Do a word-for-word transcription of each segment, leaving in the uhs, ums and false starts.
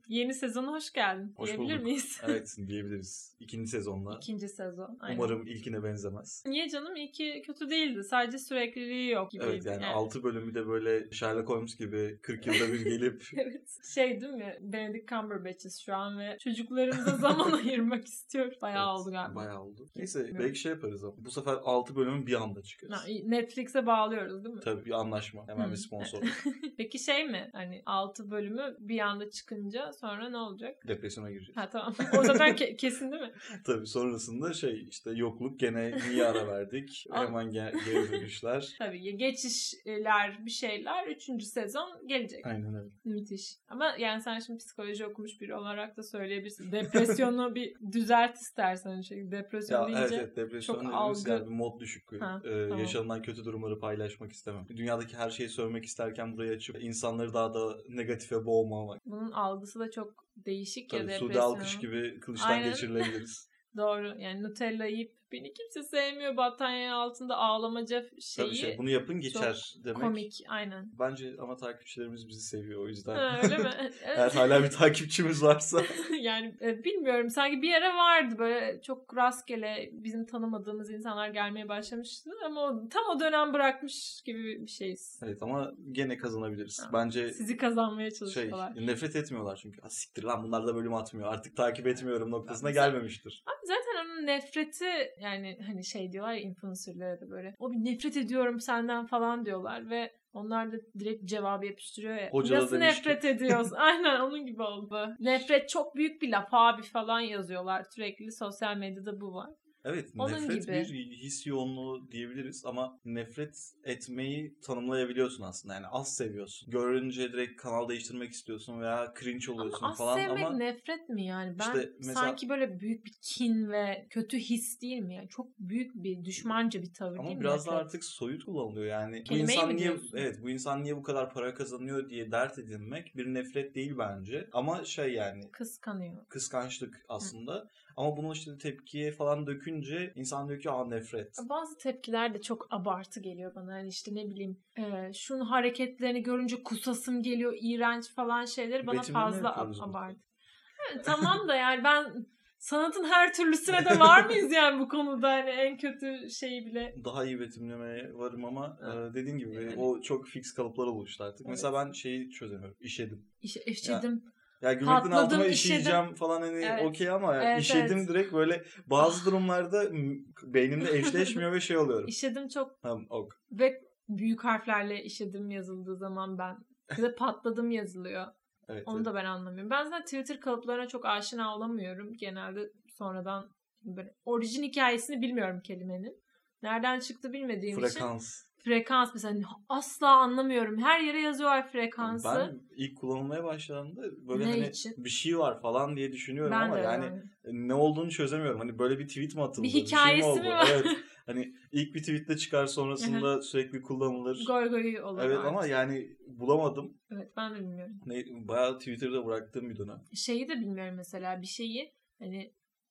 Yeni sezona hoş geldin. Hoş diyebilir bulduk. miyiz? Evet diyebiliriz. İkinci sezonla. İkinci sezon. Aynen. Umarım ilkine benzemez. Niye canım? İlki kötü değildi. Sadece sürekliliği yok gibiydi. Evet yani, yani. altı bölümü de böyle Sherlock Holmes gibi kırk yılda bir gelip. Evet. Şey değil mi? Benedict Cumberbatch'iz şu an ve çocuklarımıza zaman ayırmak istiyoruz. Bayağı evet, oldu galiba. Bayağı oldu. Neyse evet. Belki şey yaparız ama bu sefer altı bölümün bir anda çıkarız. Netflix'e bağlıyoruz değil mi? Tabii bir anlaşma. Hemen hmm. bir sponsor. Peki şey mi? Hani altı bölümü bir anda çıkınca sonra ne olacak? Depresyona gireceğiz. Ha tamam. O zaten ke- kesin değil mi? Tabii sonrasında şey işte yokluk gene niye ara verdik? Hemen ge- geri dönüşler. Tabii geçişler bir şeyler. Üçüncü sezon gelecek. Aynen öyle. Müthiş. Ama yani sen şimdi psikoloji okumuş biri olarak da söyleyebilirsin. Depresyonu bir düzelt istersen. Şey, depresyon ya, deyince evet, evet, depresyon çok algı. Yani bir mod düşüklüğü. Ha, ee, tamam. Yaşanılan kötü durumları paylaşmak istemem. Dünyadaki her şeyi söylemek isterken burayı açıp insanları daha da negatife boğmamak. Bunun algısı da çok değişik Tabii, ya depresyon. Sude Alkış gibi kılıçtan Aynen. geçirilebiliriz. Doğru. Yani Nutella yiyip beni kimse sevmiyor battaniye altında ağlamaca şeyi. Tabii şey, bunu yapın geçer çok demek. Komik aynen. Bence ama takipçilerimiz bizi seviyor o yüzden. Ha, öyle mi? Eğer hala bir takipçimiz varsa. Yani e, bilmiyorum sanki bir ara vardı böyle çok rastgele bizim tanımadığımız insanlar gelmeye başlamıştı ama o, tam o dönem bırakmış gibi bir şeyiz. Evet ama gene kazanabiliriz. Ha, Bence sizi kazanmaya çalışıyorlar. Şey, nefret etmiyorlar çünkü. Ha, siktir lan bunlar da bölüm atmıyor. Artık takip etmiyorum noktasına zaten, gelmemiştir. Abi zaten onun nefreti yani hani şey diyorlar ya influencer'lara da böyle. O bir nefret ediyorum senden falan diyorlar ve onlar da direkt cevabı yapıştırıyor ya. Hocalar nasıl nefret ki... ediyoruz? Aynen onun gibi oldu. Nefret çok büyük bir laf abi falan yazıyorlar. Sürekli sosyal medyada bu var. Evet Onun nefret gibi. Bir his yoğunluğu diyebiliriz ama nefret etmeyi tanımlayabiliyorsun aslında. Yani az seviyorsun. Görünce direkt kanal değiştirmek istiyorsun veya cringe oluyorsun ama falan ama. Az sevmek nefret mi yani? Ben işte mesela... sanki böyle büyük bir kin ve kötü his değil mi? Yani çok büyük bir düşmanca bir tavır ama değil mi? Ama biraz nefret? da artık soyut kullanılıyor yani. Kelimeyi bu insan mi niye diyorsun? Evet bu insan niye bu kadar para kazanıyor diye dert edinmek bir nefret değil bence. Ama şey yani. Kıskanıyor. Kıskançlık aslında. Hı. Ama bunu işte tepkiye falan dökünce insan diyor ki aa nefret. Bazı tepkiler de çok abartı geliyor bana. Yani işte ne bileyim e, şunun hareketlerini görünce kusasım geliyor, iğrenç falan şeyleri bana Betimleme fazla ab- burada. abartı. Evet, tamam da yani ben sanatın her türlüsüne de var mıyız yani bu konuda hani en kötü şeyi bile. Daha iyi betimlemeye varım ama evet. dediğin gibi yani. O çok fix kalıplar oluştu artık. Evet. Mesela ben şeyi çözemiyorum. İşedim. İş, işedim. Ya. Ya gümrükten altıma işeyeceğim falan hani evet. okey ama evet, işedim evet. direkt böyle bazı durumlarda beynimde eşleşmiyor ve şey oluyorum. İşedim çok. Tamam ok. Ve büyük harflerle işedim yazıldığı zaman ben bir de patladım yazılıyor. Evet, Onu evet. da ben anlamıyorum. Ben zaten Twitter kalıplarına çok aşina olamıyorum. Genelde sonradan böyle orijin hikayesini bilmiyorum kelimenin. Nereden çıktı bilmediğim Frekans. için. Frekans. Frekans mesela asla anlamıyorum. Her yere yazıyorlar frekansı. Ben ilk kullanılmaya başladığımda böyle ne hani için? bir şey var falan diye düşünüyorum ben ama yani, yani ne olduğunu çözemiyorum. Hani böyle bir tweet mi atıldı? Bir hikayesi bir şey mi oldu? mi var? Evet. Hani ilk bir tweetle çıkar sonrasında sürekli kullanılır. Goy goy olur. Evet artık. Ama yani bulamadım. Evet ben de bilmiyorum. Ne, bayağı Twitter'da bıraktığım bir dönem. Şeyi de bilmiyorum mesela bir şeyi hani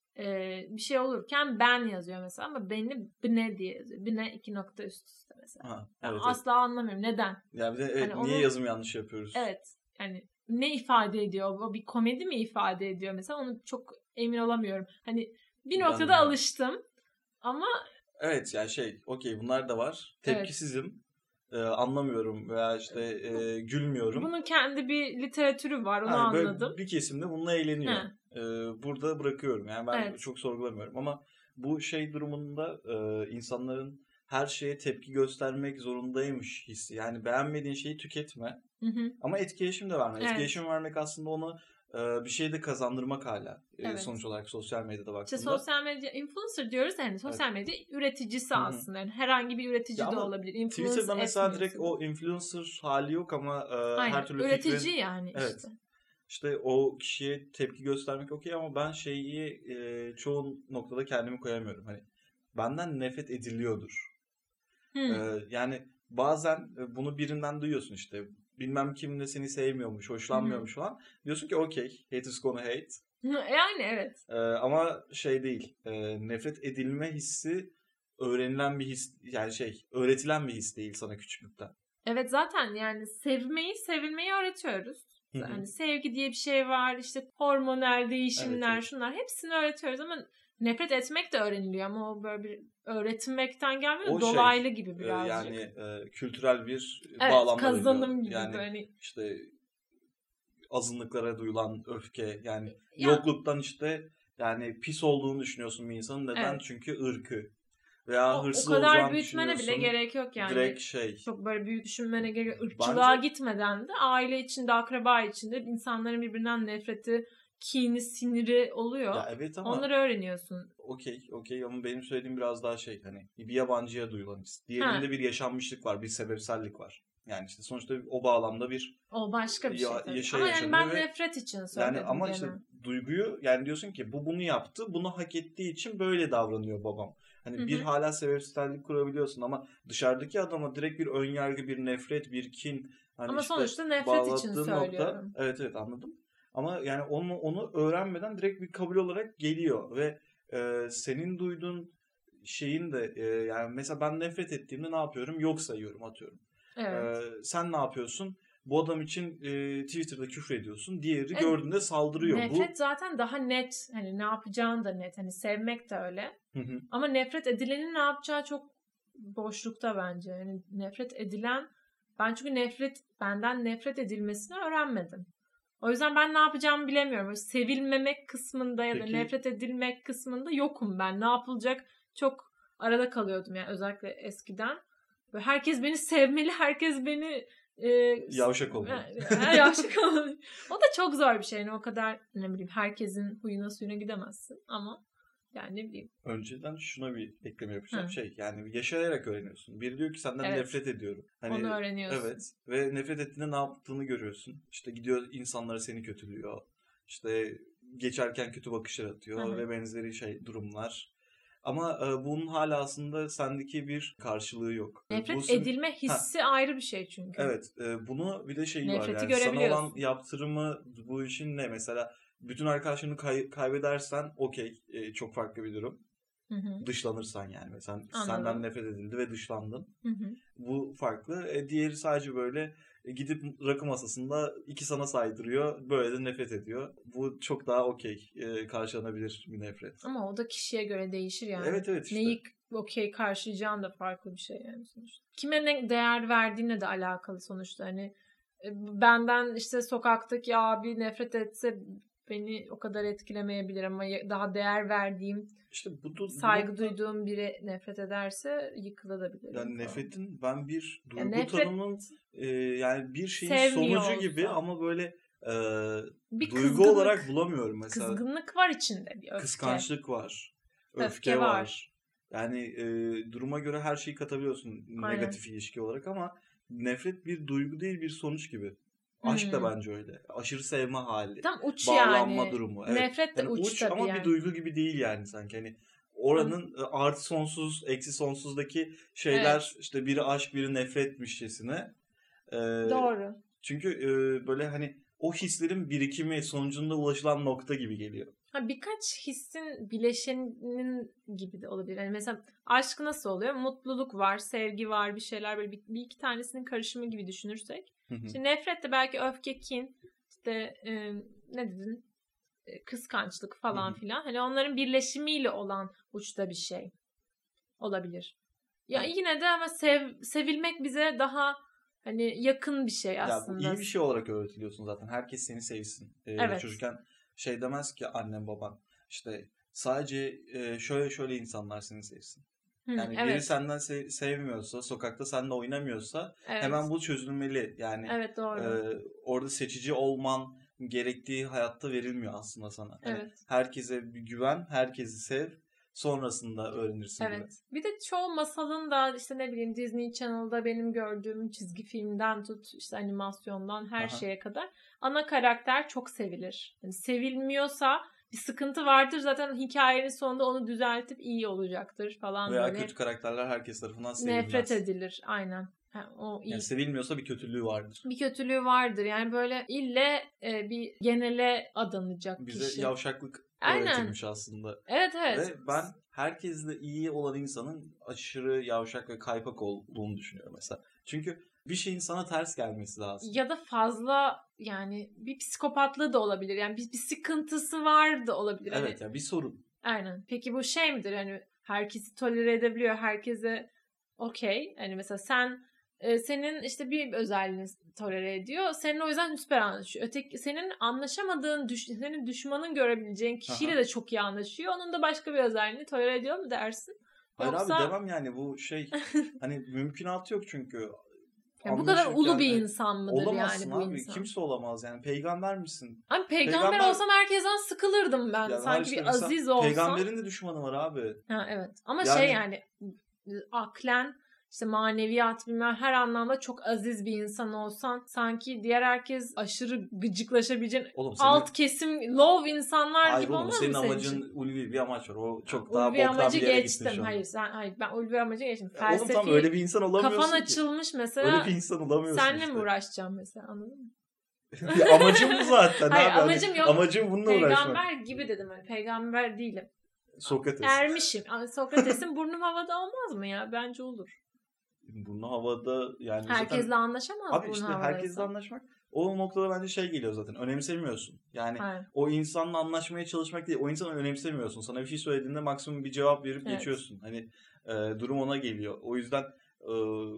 e, bir şey olurken ben yazıyor mesela ama beni bne diye yazıyor. Bne iki nokta üst üste mesela. Ha, evet, yani asla evet. anlamıyorum. Neden? Ya bir de evet, hani niye onu, yazım yanlış yapıyoruz? Evet. Yani ne ifade ediyor? O bir komedi mi ifade ediyor mesela? Onu çok emin olamıyorum. Hani bir noktada ben alıştım ama evet yani şey okey bunlar da var. Tepkisizim. Evet. Ee, anlamıyorum veya işte e, gülmüyorum. Bunun kendi bir literatürü var onu yani anladım. Bir kesimde bununla eğleniyor. Ee, burada bırakıyorum yani ben evet. çok sorgulamıyorum ama bu şey durumunda e, insanların her şeye tepki göstermek zorundaymış hissi. Yani beğenmediğin şeyi tüketme hı hı. ama etkileşim de verme. Evet. Etkileşim vermek aslında onu bir şey de kazandırmak hala evet. sonuç olarak sosyal medyada baktığında. İşte sosyal medya influencer diyoruz yani sosyal medya evet. üreticisi Hı-hı. aslında yani herhangi bir üretici ya de olabilir. Influence Twitter'da mesela direkt o influencer hali yok ama Aynen. her türlü üretici fikrin... yani işte. Evet. İşte o kişiye tepki göstermek okey ama ben şeyi e, çoğu noktada kendimi koyamıyorum. Hani benden nefret ediliyordur. Hmm. E, yani bazen bunu birinden duyuyorsun işte. Bilmem kim de seni sevmiyormuş, hoşlanmıyormuş hmm. falan. Diyorsun ki okey, haters gonna hate. Yani evet. E, ama şey değil. E, nefret edilme hissi öğrenilen bir his. Yani şey, öğretilen bir his değil sana küçüklükten. Evet zaten yani sevmeyi, sevilmeyi öğretiyoruz. Hı hı. Hani sevgi diye bir şey var. İşte hormonal değişimler, evet, evet. şunlar hepsini öğretiyoruz ama nefret etmek de öğreniliyor ama o böyle bir öğretmekten gelmiyor. O dolaylı şey, gibi birazcık. Yani e, kültürel bir evet, bağlamda kazanım veriliyor. gibi yani böyle. işte azınlıklara duyulan öfke yani ya, yokluktan işte yani pis olduğunu düşünüyorsun bir insanın. Neden? Evet. Çünkü ırkı. Veya o, hırsız o kadar olacağını büyütmene bile gerek yok yani. Direkt şey. Çok böyle büyük düşünmene gerek yok. Irkçılığa Bence... gitmeden de aile içinde, akraba içinde insanların birbirinden nefreti, kini, siniri oluyor. Ya evet ama onları öğreniyorsun. Okey, okey ama benim söylediğim biraz daha şey hani bir yabancıya duyulan his. Diğerinde ha. bir yaşanmışlık var, bir sebepsellik var. Yani işte sonuçta o bağlamda bir o başka bir ya, şey. şey ama yani ben ve, nefret için söyledim yani ama gene. işte duyguyu yani diyorsun ki bu bunu yaptı, bunu hak ettiği için böyle davranıyor babam. Hani Hı-hı. bir hala sebepsellik kurabiliyorsun ama dışarıdaki adama direkt bir önyargı, bir nefret, bir kin hani ama işte sonuçta nefret için söylüyorum. Nokta, evet evet anladım. Ama yani onu onu öğrenmeden direkt bir kabul olarak geliyor ve e, senin duyduğun şeyin de e, yani mesela ben nefret ettiğimde ne yapıyorum? Yok sayıyorum, atıyorum. Evet. E, sen ne yapıyorsun? Bu adam için e, Twitter'da küfür ediyorsun. Diğeri evet. gördüğünde saldırıyor. Nefret Bu zaten daha net. Hani ne yapacağın da net. Hani sevmek de öyle. Hı hı. Ama nefret edilenin ne yapacağı çok boşlukta bence. Yani nefret edilen ben çünkü nefret benden nefret edilmesini öğrenmedim. O yüzden ben ne yapacağımı bilemiyorum. Böyle sevilmemek kısmında ya Peki. da nefret edilmek kısmında yokum ben. Ne yapılacak çok arada kalıyordum yani özellikle eskiden. Böyle herkes beni sevmeli, herkes beni e, yavşak olmalı. yavşak olmalı. O da çok zor bir şey. Yani o kadar ne bileyim herkesin huyuna suyuna gidemezsin ama yani ne bileyim. Önceden şuna bir ekleme yapacağım. Hı. Şey yani yaşayarak öğreniyorsun. Biri diyor ki senden evet. nefret ediyorum. Hani, onu öğreniyorsun. Evet. Ve nefret ettiğinde ne yaptığını görüyorsun. İşte gidiyor insanlara seni kötülüyor. İşte geçerken kötü bakışlar atıyor Hı. ve benzeri şey durumlar. Ama e, bunun hala aslında sendeki bir karşılığı yok. Nefret Bu, edilme hissi ha. ayrı bir şey çünkü. Evet. E, bunu bir de şeyi Nefreti var. Yani sana olan yaptırımı bu işin ne? Mesela bütün arkadaşlarını kay- kaybedersen okey. E, çok farklı bir durum. Hı hı. Dışlanırsan yani. Mesela senden nefret edildi ve dışlandın. Hı hı. Bu farklı. E, diğeri sadece böyle e, gidip rakı masasında iki sana saydırıyor. Böyle de nefret ediyor. Bu çok daha okey. E, karşılanabilir bir nefret. Ama o da kişiye göre değişir yani. Evet evet işte. Neyi okey karşılayacağın da farklı bir şey yani sonuçta. Kime ne değer verdiğine de alakalı sonuçta. Hani benden işte sokaktaki abi nefret etse beni o kadar etkilemeyebilir ama daha değer verdiğim işte bu, bu saygı bu, duyduğum biri nefret ederse yıkılabilir. Yani falan. Nefretin ben bir duygu yani nefret, tanımın e, yani bir şeyin sonucu olsa. gibi ama böyle e, bir duygu olarak bulamıyorum mesela. Kızgınlık var içinde bir öfke. Kıskançlık var. Öfke, öfke var. var. Yani e, duruma göre her şeyi katabiliyorsun Aynen. negatif ilişki olarak ama nefret bir duygu değil bir sonuç gibi. Aşk hmm. da bence öyle. Aşırı sevme hali. Tam uç bağlanma yani. durumu. Evet. Nefret de yani uç, uç tabii ama yani. bir duygu gibi değil yani sanki. Hani oranın Hı. artı sonsuz, eksi sonsuzdaki şeyler evet. işte biri aşk, biri nefretmişçesine. Ee, Doğru. Çünkü e, böyle hani o hislerin birikimi sonucunda ulaşılan nokta gibi geliyor. Ha, birkaç hissin bileşenin gibi de olabilir. Yani mesela aşk nasıl oluyor? Mutluluk var, sevgi var, bir şeyler böyle bir, bir iki tanesinin karışımı gibi düşünürsek. Şimdi nefret de belki öfke, kin, işte e, ne dedin? E, kıskançlık falan filan. Hani onların birleşimiyle olan uçta bir şey olabilir. Ya evet. yine de ama sev, sevilmek bize daha hani yakın bir şey aslında. Ya bu iyi bir şey olarak öğretiliyorsun zaten. Herkes seni sevsin. Ee, evet. Çocukken şey demez ki annem baban işte sadece e, şöyle şöyle insanlar seni sevsin. Hı, yani evet. biri senden se- sevmiyorsa, sokakta seninle oynamıyorsa evet. hemen bu çözülmeli. Yani evet, doğru. E, orada seçici olman gerektiği hayatta verilmiyor aslında sana. Evet. Yani herkese bir güven, herkesi sev. Sonrasında öğrenirsin evet. gibi. Bir de çoğu masalın da işte ne bileyim Disney Channel'da benim gördüğüm çizgi filmden tut işte animasyondan her Aha. şeye kadar ana karakter çok sevilir. Yani sevilmiyorsa bir sıkıntı vardır zaten hikayenin sonunda onu düzeltip iyi olacaktır falan Veya böyle. Veya kötü karakterler herkes tarafından sevilmez. Nefret edilir aynen. Ha, o iyi. Yani sevilmiyorsa bir kötülüğü vardır. Bir kötülüğü vardır. Yani böyle ille e, bir genele adanacak Bize kişi. Bize yavşaklık öğretilmiş aslında. Evet evet. Ve ben herkesle iyi olan insanın aşırı yavşak ve kaypak olduğunu düşünüyorum mesela. Çünkü bir şeyin sana ters gelmesi lazım. Ya da fazla yani bir psikopatlığı da olabilir. Yani bir, bir sıkıntısı var da olabilir. Evet hani, ya bir sorun. Aynen. Peki bu şey midir? Hani herkesi tolere edebiliyor. Herkese okey. Hani mesela sen e, senin işte bir özelliğini tolere ediyor. Senin o yüzden süper anlaşıyor. Öteki senin anlaşamadığın, düş, senin düşmanın görebileceğin kişiyle Aha. de çok iyi anlaşıyor. Onun da başka bir özelliğini tolere ediyor mu dersin? Hayır Yoksa... abi demem yani bu şey hani mümkünatı yok çünkü. Yani bu kadar ulu bir insan mıdır yani bu abi. insan? Kimse olamaz yani. Peygamber misin? Abi peygamber, peygamber olsam herkesten sıkılırdım ben. Yani sanki işte bir aziz olsam. Peygamberin de düşmanı var abi. Ha evet. Ama yani... şey yani aklen işte maneviyat bilmem her anlamda çok aziz bir insan olsan sanki diğer herkes aşırı gıcıklaşabileceğin oğlum, senin... alt kesim low insanlar hayır, gibi olmaz mı senin için? Hayır oğlum senin amacın ulvi bir amaç var. O çok ha, daha boktan bir yere geçtim. gittin Hayır sen hayır ben ulvi amacı geçtim. Ya, Felsefi. Oğlum tam öyle bir insan olamıyorsun kafan ki. açılmış mesela. Öyle bir insan olamıyorsun senle işte. mi uğraşacağım mesela anladın mı? amacım bu zaten. Hayır abi. amacım hani, yok. Amacım bununla peygamber uğraşmak. Peygamber gibi dedim. Hani. Peygamber değilim. Sokrates. Ermişim. Sokrates'in burnum havada olmaz mı ya? Bence olur. Burnu havada yani herkesle zaten... anlaşamaz abi burnu işte havadaysa. herkesle anlaşmak o noktada bence şey geliyor zaten. Önemsemiyorsun. Yani Hayır. o insanla anlaşmaya çalışmak değil. O insanı önemsemiyorsun. Sana bir şey söylediğinde maksimum bir cevap verip evet. geçiyorsun. Hani e, durum ona geliyor. O yüzden e,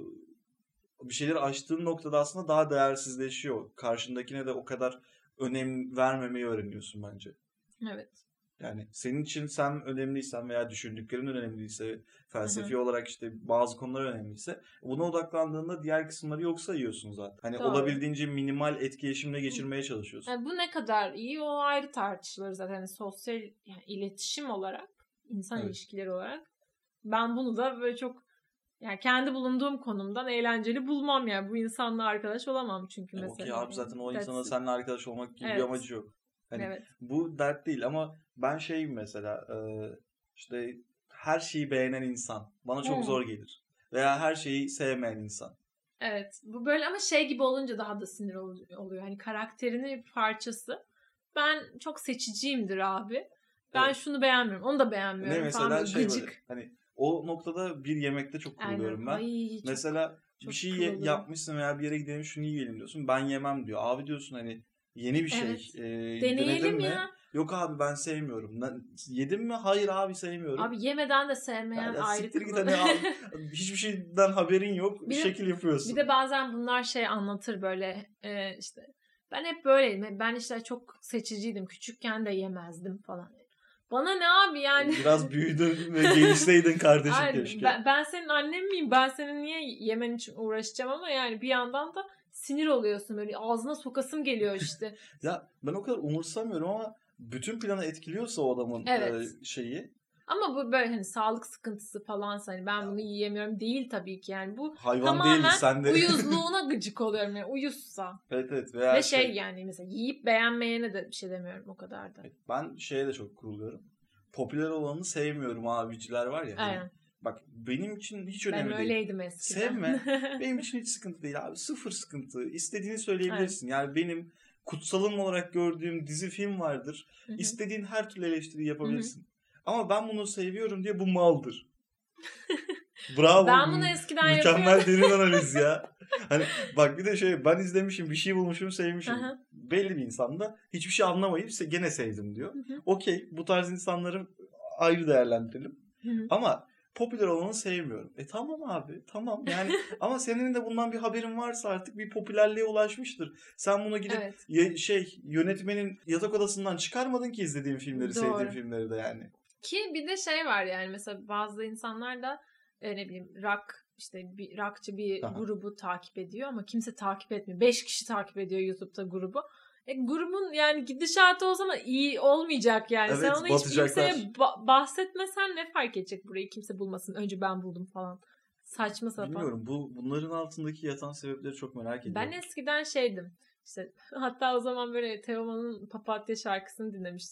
bir şeyleri aştığın noktada aslında daha değersizleşiyor. Karşındakine de o kadar önem vermemeyi öğreniyorsun bence. Evet. Yani senin için sen önemliysen veya düşündüklerin önemliyse, felsefi Hı-hı. olarak işte bazı konular önemliyse buna odaklandığında diğer kısımları yok sayıyorsun zaten. Hani Doğru. olabildiğince minimal etkileşimle geçirmeye çalışıyorsun. Yani bu ne kadar iyi o ayrı tartışılır zaten. Yani sosyal yani iletişim olarak, insan evet. ilişkileri olarak. Ben bunu da böyle çok yani kendi bulunduğum konumdan eğlenceli bulmam yani. Bu insanla arkadaş olamam çünkü ya mesela. Okey abi zaten o insana seninle arkadaş olmak gibi evet. bir amacı yok. Hani evet. bu dert değil ama ben şeyim mesela işte her şeyi beğenen insan bana çok hmm. zor gelir. Veya her şeyi sevmeyen insan. Evet. Bu böyle ama şey gibi olunca daha da sinir oluyor. Hani karakterinin bir parçası. Ben çok seçiciyimdir abi. Ben evet. şunu beğenmiyorum. Onu da beğenmiyorum. Ne mesela şey gıcık. Böyle, hani o noktada bir yemekte çok kuruluyorum ben. Ay, mesela çok, bir şey çok yapmışsın veya bir yere gidelim şunu yiyelim diyorsun. Ben yemem diyor. Abi diyorsun hani yeni bir şey. Evet. E, Deneyelim mi? ya. Yok abi ben sevmiyorum. Yedim mi? Hayır abi sevmiyorum. Abi yemeden de sevmeyen yani ayrı siktir git hani abi, hiçbir şeyden haberin yok. Bir, bir şekil yapıyorsun. Bir de bazen bunlar şey anlatır böyle e, işte ben hep böyleydim. Ben işte çok seçiciydim. Küçükken de yemezdim falan. Bana ne abi yani? Biraz büyüdün ve gelişseydin kardeşim Aynen. keşke. Ben, ben senin annen miyim? Ben senin niye yemen için uğraşacağım ama yani bir yandan da sinir oluyorsun. Böyle ağzına sokasım geliyor işte. Ya ben o kadar umursamıyorum ama bütün planı etkiliyorsa o adamın evet. e, şeyi. Ama bu böyle hani sağlık sıkıntısı falansa hani ben bunu yiyemiyorum değil tabii ki yani bu hayvan tamamen değil, sen de... uyuzluğuna gıcık oluyorum yani uyuzsa. Evet evet. Veya Ve şey, şey yani mesela yiyip beğenmeyene de bir şey demiyorum o kadar da. Ben şeye de çok kuruluyorum. Popüler olanı sevmiyorum abiciler var ya. Aynen. Hani, bak benim için hiç önemli değil. Ben öyleydim eskiden. Sevme. Benim için hiç sıkıntı değil abi. Sıfır sıkıntı. İstediğini söyleyebilirsin. Aynen. Yani benim kutsalım olarak gördüğüm dizi film vardır. Hı-hı. İstediğin her türlü eleştiri yapabilirsin. Hı-hı. Ama ben bunu seviyorum diye bu maldır. Bravo. Ben bunu eskiden mükemmel yapıyordum. derin analiz ya. Hani bak bir de şey ben izlemişim bir şey bulmuşum sevmişim. Hı-hı. Belli bir insan da hiçbir şey anlamayıp gene sevdim diyor. Okey bu tarz insanları ayrı değerlendirelim. Hı-hı. Ama popüler olanı sevmiyorum. E tamam abi tamam yani ama senin de bundan bir haberin varsa artık bir popülerliğe ulaşmıştır. Sen bunu gidip evet. y- şey yönetmenin yatak odasından çıkarmadın ki izlediğin filmleri Doğru. sevdiğin filmleri de yani. Ki bir de şey var yani mesela bazı insanlar da e, ne bileyim rock işte bir rockçı bir Aha. grubu takip ediyor ama kimse takip etmiyor. Beş kişi takip ediyor YouTube'da grubu. E, grubun yani gidişatı o zaman iyi olmayacak yani. Evet, sen onu hiç kimseye ba- bahsetmesen ne fark edecek burayı kimse bulmasın. Önce ben buldum falan. Saçma sapan. Bilmiyorum bu bunların altındaki yatan sebepleri çok merak ediyorum. Ben eskiden şeydim. İşte hatta o zaman böyle Teoman'ın Papatya şarkısını dinlemiştim.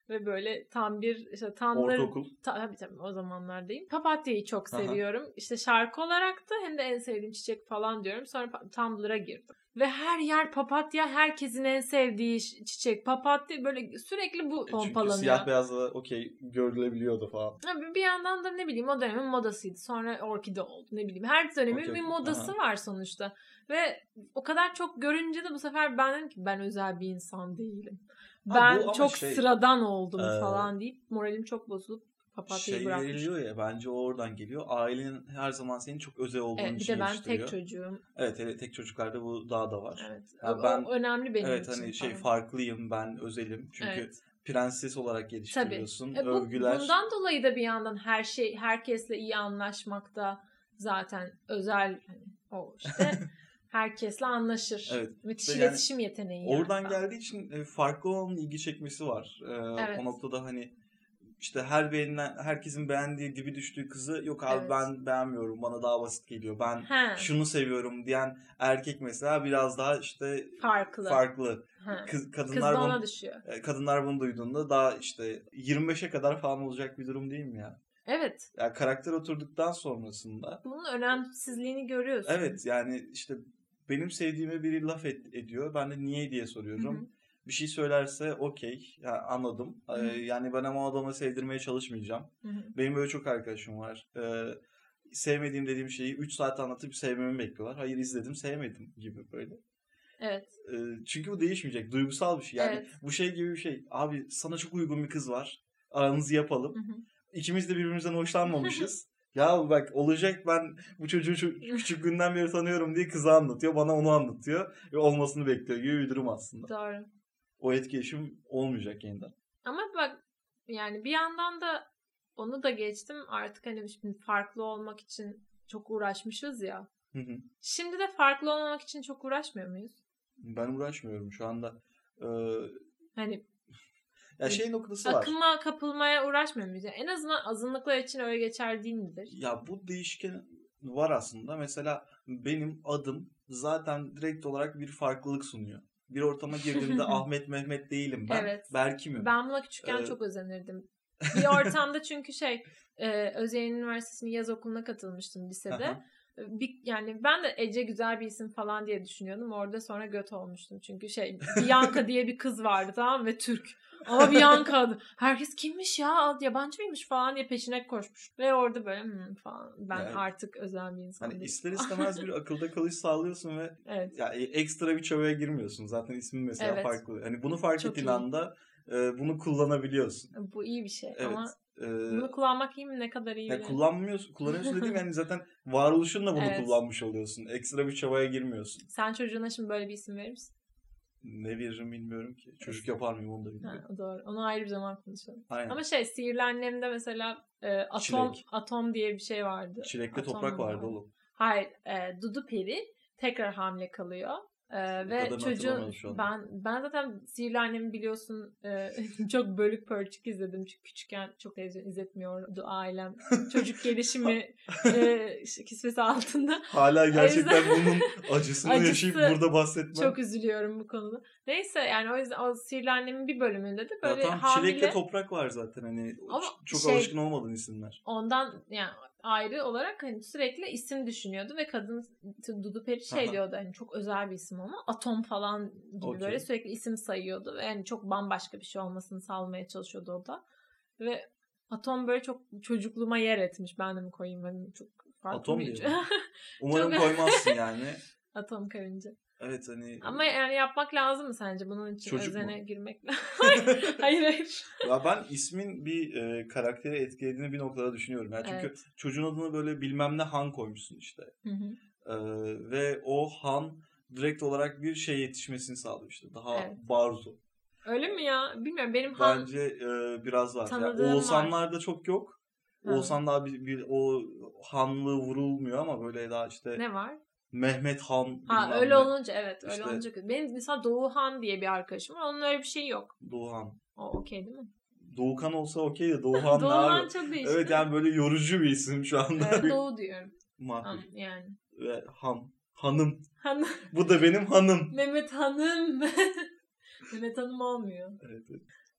Ve böyle tam bir işte Tumblr... Ortaokul. Ta, tabii tabii o zamanlardayım. Papatya'yı çok seviyorum. Aha. İşte şarkı olarak da hem de en sevdiğim çiçek falan diyorum. Sonra Tumblr'a girdim. Ve her yer papatya, herkesin en sevdiği çiçek papatya, böyle sürekli bu pompalanıyor. Çünkü siyah beyazla okey görülebiliyordu falan. Bir yandan da ne bileyim o dönemin modasıydı. Sonra orkide oldu, ne bileyim. Her dönemin okay, bir modası aha. var sonuçta. Ve o kadar çok görünce de bu sefer ben dedim ki ben özel bir insan değilim. Ben ha, çok şey, sıradan oldum e, falan deyip moralim çok bozulup papatyayı şey bırakmıştım. Şey veriliyor ya, bence o oradan geliyor. Ailenin her zaman senin çok özel olduğun evet, için bir de ben tek çocuğum. Evet, evet tek çocuklarda bu daha da var. Evet. Yani o, ben, o önemli benim evet, için. Evet hani şey falan. farklıyım, ben özelim. Çünkü evet. prenses olarak yetiştiriyorsun. Tabii. Övgüler. Bu, bundan dolayı da bir yandan her şey herkesle iyi anlaşmakta zaten özel hani o işte herkesle anlaşır. Evet. Müthiş yani iletişim yeteneği. Oradan yani. geldiği için farklı olanın ilgi çekmesi var. Ee, evet. O noktada hani işte her beğenilen, herkesin beğendiği, dibi düştüğü kızı yok abi evet. ben beğenmiyorum, bana daha basit geliyor. Ben He. şunu seviyorum diyen erkek mesela biraz daha işte farklı. Farklı. Kız, kadınlar Kız bunu düşüyor. Kadınlar bunu duyduğunda daha işte yirmi beşe kadar falan olacak bir durum değil mi ya? Evet. Yani karakter oturduktan sonrasında bunun önemsizliğini görüyorsun. Evet yani işte benim sevdiğime biri laf et, ediyor. Ben de niye diye soruyorum. Hı-hı. Bir şey söylerse okey. Yani anladım. Ee, yani ben ama adama sevdirmeye çalışmayacağım. Hı-hı. Benim böyle çok arkadaşım var. Ee, sevmediğim dediğim şeyi üç saat anlatıp sevmemi bekliyorlar. Hayır izledim sevmedim gibi böyle. Evet. Ee, çünkü bu değişmeyecek. Duygusal bir şey. Yani evet. Bu şey gibi bir şey. Abi sana çok uygun bir kız var. Aranızı yapalım. Hı-hı. İkimiz de birbirimizden hoşlanmamışız. Ya bak olacak, ben bu çocuğu küçük günden beri tanıyorum diye kıza anlatıyor. Bana onu anlatıyor. Ve olmasını bekliyor gibi bir durum aslında. Doğru. O etkileşim olmayacak yeniden. Ama bak yani bir yandan da onu da geçtim. Artık hani şimdi farklı olmak için çok uğraşmışız ya. Hı hı. Şimdi de farklı olmak için çok uğraşmıyor muyuz? Ben uğraşmıyorum şu anda. Ee... Hani ya şey noktası var. Akıma kapılmaya uğraşmıyor muyuz? Yani en azından azınlıklar için öyle geçer değil midir? Ya bu değişken var aslında. Mesela benim adım zaten direkt olarak bir farklılık sunuyor. Bir ortama girdiğimde Ahmet Mehmet değilim ben. Evet. Berkim'im. Ben buna küçükken ee... çok özenirdim. Bir ortamda çünkü şey e, Özyeğin Üniversitesi'nin yaz okuluna katılmıştım lisede. Bir, yani ben de Ece güzel bir isim falan diye düşünüyordum. Orada sonra göt olmuştum. Çünkü şey Bianca diye bir kız vardı tamam ve Türk. Ama Bianca adı. Herkes kimmiş ya? Yabancı mıymış falan diye peşine koşmuş. Ve orada böyle hmm falan. Ben yani, artık özel bir insan hani değilim. İster istemez bir akılda kalış sağlıyorsun ve evet. ya ekstra bir çabaya girmiyorsun. Zaten ismin mesela evet. farklı. Hani bunu fark Çok ettiğin iyi. anda e, bunu kullanabiliyorsun. Bu iyi bir şey evet. ama bunu kullanmak iyi mi? Ne kadar iyi? Yani kullanmıyorsun, kullanıyorsun dediğim yani zaten varoluşunla bunu evet. kullanmış oluyorsun. Ekstra bir çabaya girmiyorsun. Sen çocuğuna şimdi böyle bir isim verir misin? Ne veririm bilmiyorum ki. Çocuk yapar mıyım onu da bilmiyorum. Ha, doğru. Onu ayrı bir zaman konuşalım. Aynen. Ama şey Sihirli Annem'de mesela e, atom Çilek. atom diye bir şey vardı. Çilekli atom toprak vardı oğlum. Hayır. E, Dudu Peri tekrar hamile kalıyor. Ee, ve çocuğun ben ben zaten Sihirli Annem'i biliyorsun e, çok bölük pörçük izledim çünkü küçükken çok izletmiyordu ailem çocuk gelişimi e, kisvesi altında. Hala gerçekten bunun acısını Acısı, yaşayıp burada bahsetmem. Çok üzülüyorum bu konuda. Neyse yani o yüzden o Sihirli Annem'in bir bölümünde de böyle ya, tam hamile. Çilekle toprak var zaten hani ama çok şey, alışkın olmadığın isimler. Ondan yani ayrı olarak hani sürekli isim düşünüyordu ve kadın Dudu Peri şey Aha. diyordu hani çok özel bir isim ama atom falan gibi okay. böyle sürekli isim sayıyordu ve yani çok bambaşka bir şey olmasını sağlamaya çalışıyordu o da. Ve atom böyle çok çocukluğuma yer etmiş. Ben de mi koyayım hani çok farklı atom bir diye. Umarım çok... koymazsın yani. Atom karınca. Evet hani. Ama yani yapmak lazım mı sence bunun için? Çocuk özene mu? girmek hayır hayır. Ya ben ismin bir e, karakteri etkilediğini bir noktada düşünüyorum. Yani çünkü evet. çocuğun adını böyle bilmem ne Han koymuşsun işte. Hı hı. E, ve o Han direkt olarak bir şey yetişmesini sağlıyor işte. Daha evet. barzo. Öyle mi ya? Bilmiyorum benim Han bence e, biraz var. Yani Oğuzhanlarda çok yok. Oğuzhan daha bir, bir o hanlığı vurulmuyor ama böyle daha işte. Ne var? Mehmet Han. Ha öyle ne. olunca evet öyle işte, olunca. Benim mesela Doğuhan diye bir arkadaşım var. Onun öyle bir şeyi yok. Doğuhan. O okey değil mi? Doğukan olsa okey de Doğuhan ne Doğuhan çok değişik. Evet yani böyle yorucu bir isim şu anda. Evet, Doğu diyorum. Makul. Yani. Ve Han. Hanım. Hanım. Bu da benim hanım. Mehmet Hanım. Mehmet Hanım olmuyor. Evet, evet.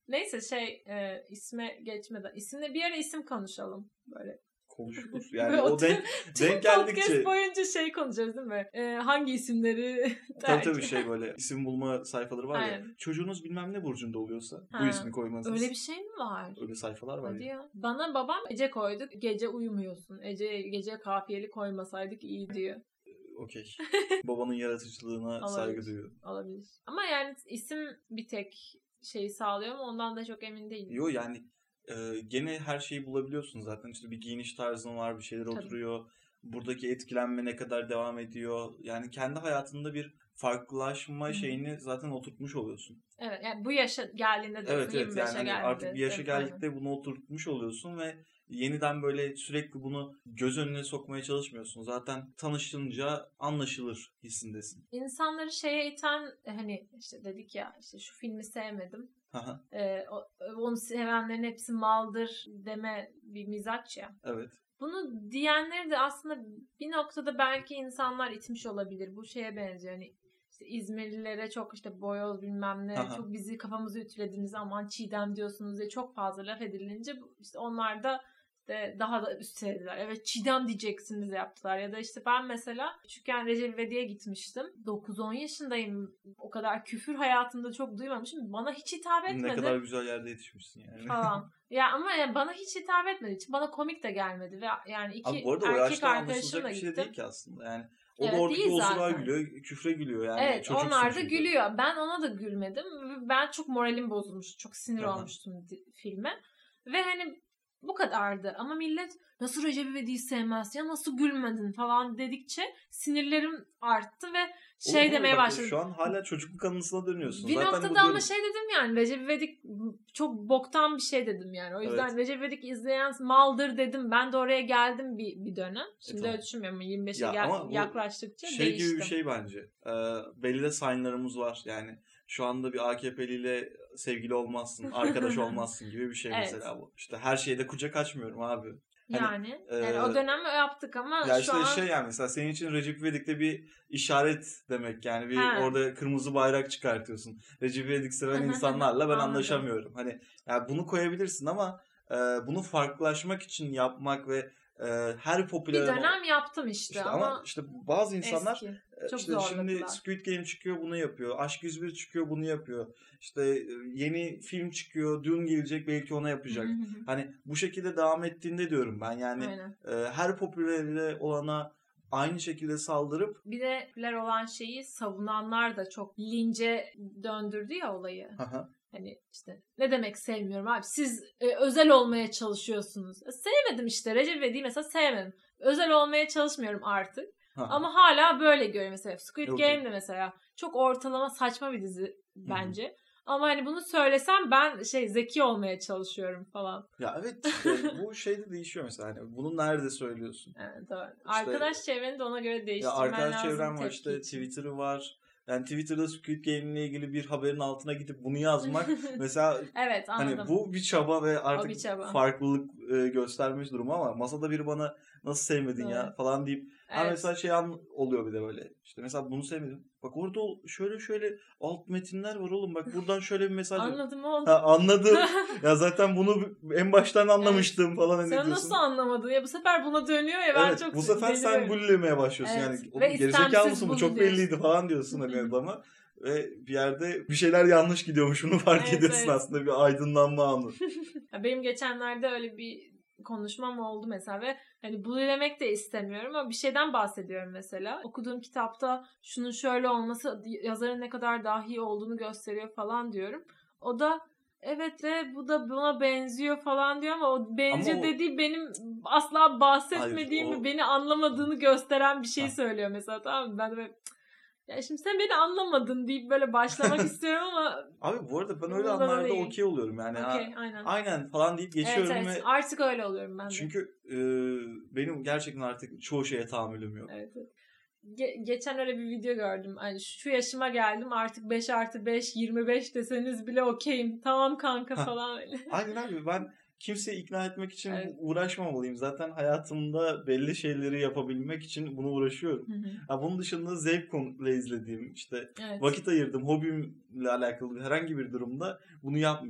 Neyse şey e, isme geçmeden. İsimle bir ara isim konuşalım. Böyle. Konuşuruz. Yani o denk, denk geldikçe. Podcast boyunca şey konuşacağız değil mi? Ee, hangi isimleri tabii tabii şey böyle isim bulma sayfaları var Aynen. ya. Çocuğunuz bilmem ne burcunda oluyorsa ha, bu ismi koymanız. Öyle bir şey mi var? Öyle sayfalar var Hadi ya. ya. Bana babam Ece koyduk. Gece uyumuyorsun. Ece gece kafiyeli koymasaydık iyi diyor. Okey. Babanın yaratıcılığına saygı duyuyor. Olabilir. Ama yani isim bir tek şeyi sağlıyor mu ondan da çok emin değilim. Yok yani e, gene her şeyi bulabiliyorsun zaten. İşte bir giyiniş tarzın var, bir şeyler Tabii. oturuyor. Buradaki etkilenme ne kadar devam ediyor. Yani kendi hayatında bir farklılaşma Hı-hı. şeyini zaten oturtmuş oluyorsun. Evet yani bu yaşa geldiğinde diyorsun evet, evet, yirmi beşe yani geldiğinde. Artık bir yaşa geldikte bunu oturtmuş oluyorsun ve yeniden böyle sürekli bunu göz önüne sokmaya çalışmıyorsun. Zaten tanışınca anlaşılır hissindesin. İnsanları şeye iten hani işte dedik ya işte şu filmi sevmedim. ee, onu sevenlerin hepsi maldır deme bir mizaç ya. Evet. Bunu diyenleri de aslında bir noktada belki insanlar itmiş olabilir. Bu şeye benziyor. Hani işte İzmirlilere çok işte boyoz bilmem ne Aha. çok bizi kafamızı ütülediniz aman Çiğdem diyorsunuz diye çok fazla laf edilince işte onlar da işte daha da üstelediler. Evet Çiğdem diyeceksiniz yaptılar. Ya da işte ben mesela küçükken Recep İvedik'e gitmiştim. dokuz on yaşındayım. O kadar küfür hayatımda çok duymamışım. Bana hiç hitap etmedi. Ne kadar güzel yerde yetişmişsin yani. Falan. Ya ama yani bana hiç hitap etmediği için bana komik de gelmedi. Ve yani iki Abi bu arada erkek arkadaşımla bir şey gittim. değil ki aslında. Yani o evet, da oradaki osura gülüyor, küfre gülüyor yani. Evet onlar da çünkü. Gülüyor. Ben ona da gülmedim. Ben çok moralim bozulmuş. Çok sinir Aha. olmuştum filme. Ve hani bu kadardı. Ama millet nasıl Recep İvedik'i sevmez ya nasıl gülmedin falan dedikçe sinirlerim arttı ve şey Oğlum, demeye bak, başladım. Şu an hala çocukluk anısına dönüyorsun. Bir Zaten noktada ama şey dedim yani Recep İvedik çok boktan bir şey dedim yani. O yüzden evet. Recep İvedik izleyen maldır dedim. Ben de oraya geldim bir, bir dönem. Şimdi e, tamam. öyle düşünmüyorum. yirmi beşe ya, gel, yaklaştıkça şey değiştim. Şey gibi bir şey bence. Ee, belli de signlarımız var. Yani şu anda bir A K P'liyle sevgili olmazsın, arkadaş olmazsın gibi bir şey evet. mesela bu. İşte her şeyde kucak açmıyorum abi. Hani, yani, e, yani o dönem yaptık ama ya şu işte an... şey yani mesela senin için Recep İvedik'te bir işaret demek yani bir ha. orada kırmızı bayrak çıkartıyorsun. Recep İvedik seven insanlarla ben anlaşamıyorum. Hani yani bunu koyabilirsin ama e, bunu farklılaşmak için yapmak ve e, her popüler... Bir dönem yaptım işte, işte ama... Ama işte bazı insanlar eski. Çok işte şimdi Squid Game çıkıyor bunu yapıyor. Aşk yüz bir çıkıyor bunu yapıyor. İşte yeni film çıkıyor. Dune gelecek belki ona yapacak. Hani bu şekilde devam ettiğinde diyorum ben. Yani e, her popüler olana aynı şekilde saldırıp bir de popüler olan şeyi savunanlar da çok lince döndürdü ya olayı. Aha. Hani işte ne demek sevmiyorum abi siz e, özel olmaya çalışıyorsunuz. E, sevmedim işte Recep İvedik'i mesela sevmedim. Özel olmaya çalışmıyorum artık. Aha. Ama hala böyle görüyorum mesela. Squid okay. Game de mesela çok ortalama saçma bir dizi bence. Hı-hı. Ama hani bunu söylesem ben şey zeki olmaya çalışıyorum falan. Ya evet işte bu şeyde değişiyor mesela. Hani bunu nerede söylüyorsun? Evet doğru. İşte, arkadaş çevreni de ona göre değiştirmen lazım. Arkadaş çevren var işte için. Twitter'ı var. Yani Twitter'da Squid Game ile ilgili bir haberin altına gidip bunu yazmak mesela evet, anladım. Hani bu bir çaba ve artık çaba. farklılık e, göstermiş durumu ama masada biri bana nasıl sevmedin evet. ya falan deyip evet. ha mesela şey an oluyor bir de böyle. İşte mesela bunu sevmedim. Bak orada şöyle şöyle alt metinler var oğlum. Bak buradan şöyle bir mesaj var. Anladım oğlum. Ha, anladım. Ya zaten bunu en baştan anlamıştım evet. falan. Sen diyorsun. Nasıl anlamadın? Ya bu sefer buna dönüyor ya ben evet, çok bu sefer sen bullemeye başlıyorsun. Evet. Yani gerizekalı mısın bu çok diyorsun. Belliydi falan diyorsun hani adama. Ve bir yerde bir şeyler yanlış gidiyormuş. Bunu fark evet, ediyorsun evet. aslında bir aydınlanma anı. Benim geçenlerde öyle bir konuşmam oldu mesela ve hani bullemek de istemiyorum ama bir şeyden bahsediyorum mesela. Okuduğum kitapta şunun şöyle olması yazarın ne kadar dahi olduğunu gösteriyor falan diyorum. O da evet ve bu da buna benziyor falan diyor ama o benziyor ama o... dediği benim asla bahsetmediğimi, Hayır, o... beni anlamadığını gösteren bir şey ha. söylüyor mesela, tamam mı? Ben de böyle ya şimdi sen beni anlamadın deyip böyle başlamak istiyorum ama abi bu arada ben öyle anlarda okey oluyorum yani. Okay, aynen. Aynen falan deyip geçiyorum evet, evet. ve artık öyle oluyorum ben de. Çünkü e, benim gerçekten artık çoğu şeye tahammülüm yok. Evet, evet. Ge- geçen öyle bir video gördüm. Yani şu yaşıma geldim artık beş artı beş yirmi beş deseniz bile okeyim. Tamam kanka falan öyle. Aynen abi ben kimseyi ikna etmek için evet. uğraşmamalıyım. Zaten hayatımda belli şeyleri yapabilmek için bunu uğraşıyorum. Hı hı. Ha, bunun dışında zevkle izlediğim, işte evet. vakit ayırdığım, hobimle alakalı herhangi bir durumda bunu yapmayayım.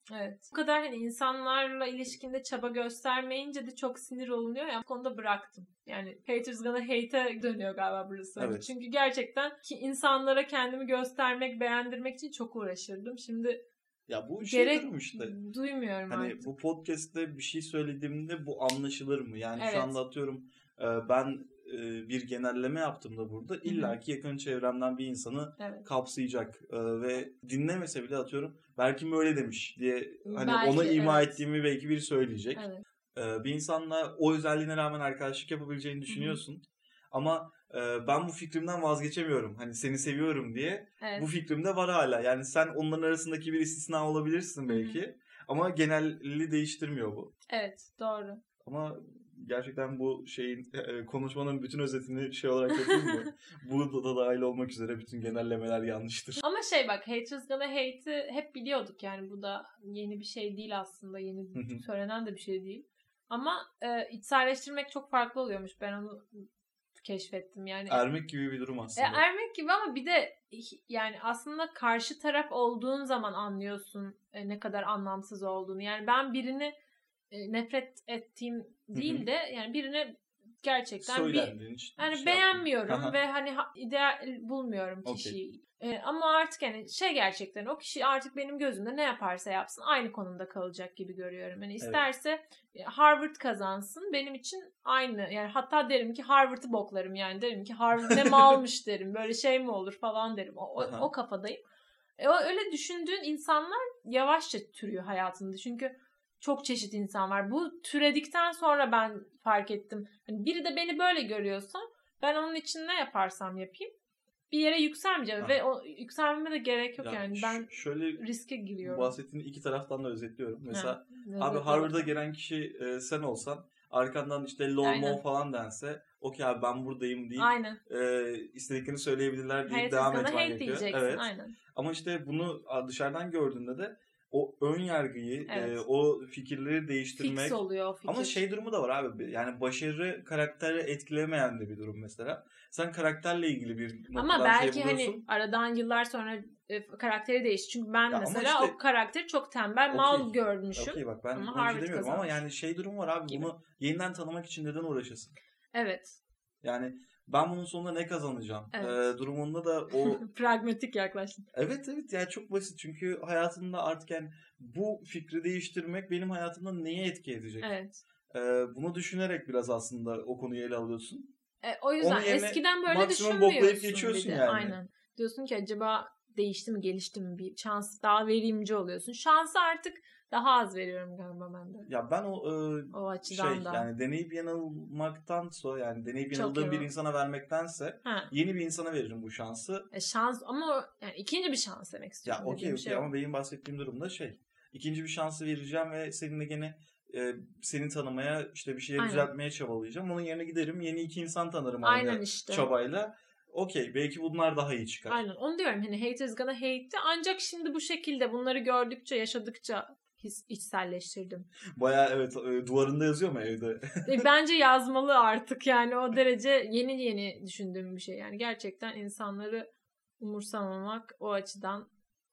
Evet. Bu kadar hani insanlarla ilişkinde çaba göstermeyince de çok sinir olunuyor ya. Bu konuda bıraktım. Yani haters gonna hate'e dönüyor galiba burası. Evet. Çünkü gerçekten ki insanlara kendimi göstermek, beğendirmek için çok uğraşırdım. Şimdi ya bu şey gerek durum işte. Duymuyorum hani artık. Bu podcast'te bir şey söylediğimde bu anlaşılır mı? Yani evet. Şu anda atıyorum ben bir genelleme yaptığımda burada illaki yakın çevremden bir insanı evet. kapsayacak ve dinlemese bile atıyorum belki böyle demiş diye hani belki, ona ima evet. ettiğimi belki biri söyleyecek. Evet. Bir insanla o özelliğine rağmen arkadaşlık yapabileceğini düşünüyorsun. Hı-hı. Ama ben bu fikrimden vazgeçemiyorum. Hani seni seviyorum diye. Evet. Bu fikrim de var hala. Yani sen onların arasındaki bir istisna olabilirsin belki. Hı-hı. Ama genelliği değiştirmiyor bu. Evet, doğru. Ama gerçekten bu şeyin konuşmanın bütün özetini şey olarak yapayım mı? Bu da dahil olmak üzere bütün genellemeler yanlıştır. Ama şey bak, haters gonna hate'i hep biliyorduk yani, bu da yeni bir şey değil aslında, yeni söylenen de bir şey değil. Ama e, içselleştirmek çok farklı oluyormuş, ben onu keşfettim yani. Ermek gibi bir durum aslında. E, ermek gibi ama bir de yani aslında karşı taraf olduğun zaman anlıyorsun e, ne kadar anlamsız olduğunu. Yani ben birini e, nefret ettiğim değil Hı-hı. de yani birini gerçekten Söylendiğin bir için yani şey beğenmiyorum ve hani ideal bulmuyorum kişiyi. Okay. E, ama artık yani şey, gerçekten o kişi artık benim gözümde ne yaparsa yapsın aynı konumda kalacak gibi görüyorum. Yani isterse evet. Harvard kazansın, benim için aynı. Yani hatta derim ki Harvard'ı boklarım, yani derim ki Harvard ne malmış derim. Böyle şey mi olur falan derim. O, o, o kafadayım. E, o öyle düşündüğün insanlar yavaşça türüyor hayatında. Çünkü çok çeşit insan var. Bu türedikten sonra ben fark ettim. Yani biri de beni böyle görüyorsa ben onun için ne yaparsam yapayım bir yere yükselmeyeceğim. Ha. Ve o yükselmeme de gerek yok ya yani. Ben şöyle riske giriyorum. Bahsettiğin iki taraftan da özetliyorum. Mesela ha, abi Harvard'a gelen kişi e, sen olsan, arkandan işte low mo falan dense, okey abi ben buradayım deyip e, istediklerini söyleyebilirler deyip devam etmen gerekiyor. Evet. Aynen. Ama işte bunu dışarıdan gördüğünde de o ön yargıyı, evet. e, o fikirleri değiştirmek. Fix oluyor o fikir. Ama şey durumu da var abi. Yani başarı karakteri etkilemeyen de bir durum mesela. Sen karakterle ilgili bir noktadan ama belki şey buluyorsun. Hani aradan yıllar sonra e, karakteri değişti. Çünkü ben ya mesela işte, o karakteri çok tembel, okay, mal görmüşüm. Okey bak ben onu demiyorum kazanmış. Ama yani şey durum var abi. Gibi. Bunu yeniden tanımak için neden uğraşasın? Evet. Yani ben bunun sonunda ne kazanacağım? Evet. Ee, durumunda da o... Pragmatik yaklaştın. Evet evet yani çok basit. Çünkü hayatımda artık yani bu fikri değiştirmek benim hayatımda neye etki edecek? Evet. Ee, bunu düşünerek biraz aslında o konuyu ele alıyorsun. E, o yüzden eskiden böyle düşünmüyorsun. Boklayıp geçiyorsun yani. Aynen. Diyorsun ki acaba değişti mi, gelişti mi, bir şans daha verimci oluyorsun. Şansı artık daha az veriyorum galiba ben de. Ya ben o, e, o açıdan şey da. yani deneyip yanılmaktansa, yani deneyip yanıldığım bir insana vermektense ha. yeni bir insana veririm bu şansı. E şans ama yani ikinci bir şans demek istiyorum. Ya okey okey şey ama benim bahsettiğim durumda şey, ikinci bir şansı vereceğim ve seninle gene e, seni tanımaya, işte bir şeyleri Aynen. düzeltmeye çabalayacağım. Onun yerine giderim yeni iki insan tanırım aynı Aynen işte. çabayla. Okey, belki bunlar daha iyi çıkar. Aynen onu diyorum, hani haters gonna hate'ti, ancak şimdi bu şekilde bunları gördükçe, yaşadıkça his, içselleştirdim. Bayağı evet, duvarında yazıyor mu evde? Bence yazmalı artık yani, o derece yeni yeni düşündüğüm bir şey. Yani gerçekten insanları umursamamak o açıdan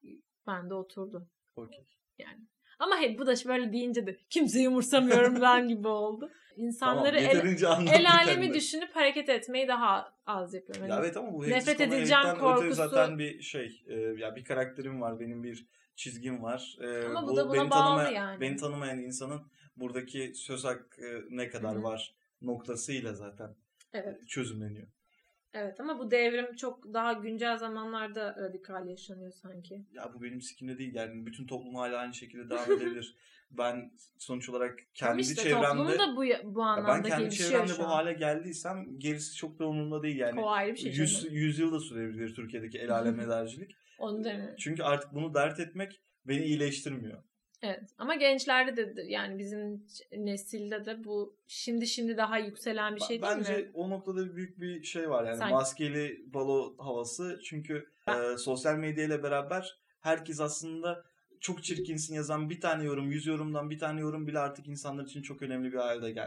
bende oturdu. Okey. Yani. Ama hey, bu da böyle deyince de kimseyi umursamıyorum ben gibi oldu. İnsanları tamam, el, el alemi kendine. düşünüp hareket etmeyi daha az yapıyorum. Ya evet ama bu nefret edileceğim korkusu. Zaten bir şey, e, ya bir karakterim var, benim bir çizgim var. E, ama bu, bu da buna beni bağlı tanımayan, yani. Beni tanımayan insanın buradaki söz hakkı ne kadar Hı-hı. var noktasıyla zaten evet. çözümleniyor. Evet ama bu devrim çok daha güncel zamanlarda radikal yaşanıyor sanki. Ya bu benim sikimde değil yani, bütün toplum hala aynı şekilde devam edebilir. Ben sonuç olarak kendi işte, çevremde... Toplum da bu, bu anlamda ben kendi çevremde bu hale geldiysem gerisi çok da umurumda değil yani. O ayrı bir şey. yüz, yüz yıl da sürebilir Türkiye'deki el alem edercilik. Onu demiyorum. Çünkü artık bunu dert etmek beni iyileştirmiyor. Evet ama gençlerde de yani bizim nesilde de bu şimdi şimdi daha yükselen bir şey değil Bence mi? Bence o noktada büyük bir şey var yani Sanki. maskeli balo havası, çünkü e, sosyal medyayla beraber herkes aslında çok çirkinsin yazan bir tane yorum, yüz yorumdan bir tane yorum bile artık insanlar için çok önemli bir halde gelmiş.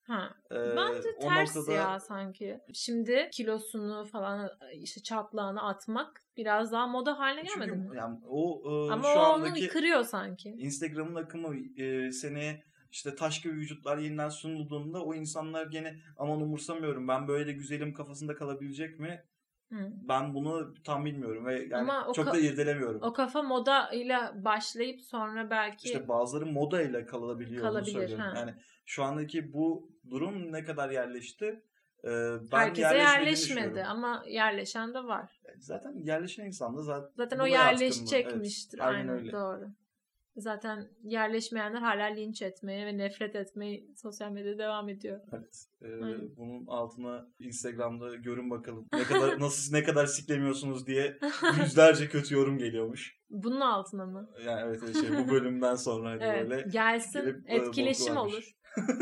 Ha. Ee, Bence o ters noktada... ya sanki. Şimdi kilosunu falan işte çatlağını atmak biraz daha moda haline gelmedi Çünkü mi? yani o e, Ama şu o andaki onu kırıyor sanki. Instagram'ın akımı e, seni işte taş gibi vücutlar yeniden sunulduğunda o insanlar gene aman umursamıyorum ben böyle güzelim kafasında kalabilecek mi? Hı. Ben bunu tam bilmiyorum ve yani çok ka- da irdelemiyorum. O kafa moda ile başlayıp sonra belki işte bazıları moda ile kalabiliyor onu söylüyorum. Ha. Yani şu andaki bu durum ne kadar yerleşti? Ee, ben herkese yerleşmedi ama yerleşen de var. Zaten yerleşen insan da zaten zaten o yerleşecekmiştir. Evet, aynen, aynen öyle. Doğru. Zaten yerleşmeyenler hala linç etmeye ve nefret etmeye sosyal medyada devam ediyor. Evet. E, bunun altına Instagram'da görün bakalım ne kadar nasıl ne kadar siklemiyorsunuz diye yüzlerce kötü yorum geliyormuş. Bunun altına mı? Yani evet şey bu bölümden sonra hani evet, böyle gelsin etkileşim olur.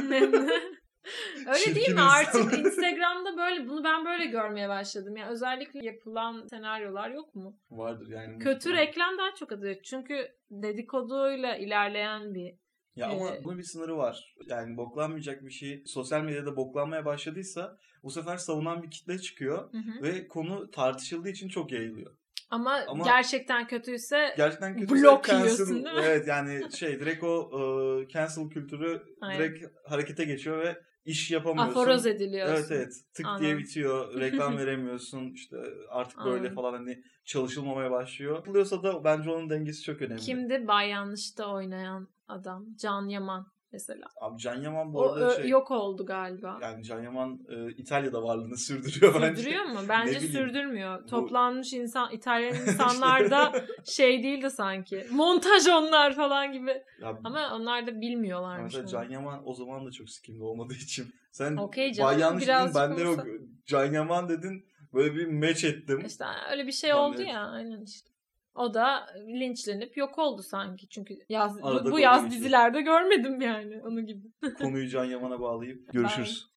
Öyle çirkin değil mi? Artık Instagram'da böyle bunu ben böyle görmeye başladım. Yani özellikle yapılan senaryolar yok mu? Vardır yani. Kötü reklam daha çok atıyor. Çünkü dedikoduyla ilerleyen bir ya e... ama bunun bir sınırı var. Yani boklanmayacak bir şey sosyal medyada boklanmaya başladıysa bu sefer savunan bir kitle çıkıyor hı hı. ve konu tartışıldığı için çok yayılıyor. Ama, Ama gerçekten kötüyse gerçekten kötüyse blok cancel, yiyorsun değil mi? Evet yani şey direkt o uh, cancel kültürü aynen. Direkt harekete geçiyor ve iş yapamıyorsun. Aforoz ediliyorsun. Evet evet tık Anladım. Diye bitiyor. Reklam veremiyorsun. İşte artık Anladım. Böyle falan hani çalışılmamaya başlıyor. Yapılıyorsa da bence onun dengesi çok önemli. Kimdi Bay Yanlış'ta oynayan adam? Can Yaman mesela. Abi Can Yaman bu o, arada şey... yok oldu galiba. Yani Can Yaman e, İtalya'da varlığını sürdürüyor Sürdürüyor bence. Sürdürüyor mu? Bence sürdürmüyor. Bu... Toplanmış insan İtalyan insanlarda şey değildi sanki. Montaj onlar falan gibi. Ya, ama onlar da bilmiyorlarmış. Mesela Can Yaman o zaman da çok sikimli olmadığı için. Sen okay canım, Bay Yanlış dedin ben de yok. Can Yaman dedin böyle bir match ettim. İşte öyle bir şey ben oldu de... ya aynen işte. O da linçlenip yok oldu sanki. Çünkü yaz, bu, bu yaz dizilerde görmedim yani onu gibi. Konuyu Can Yaman'a bağlayıp görüşürüz. Bye.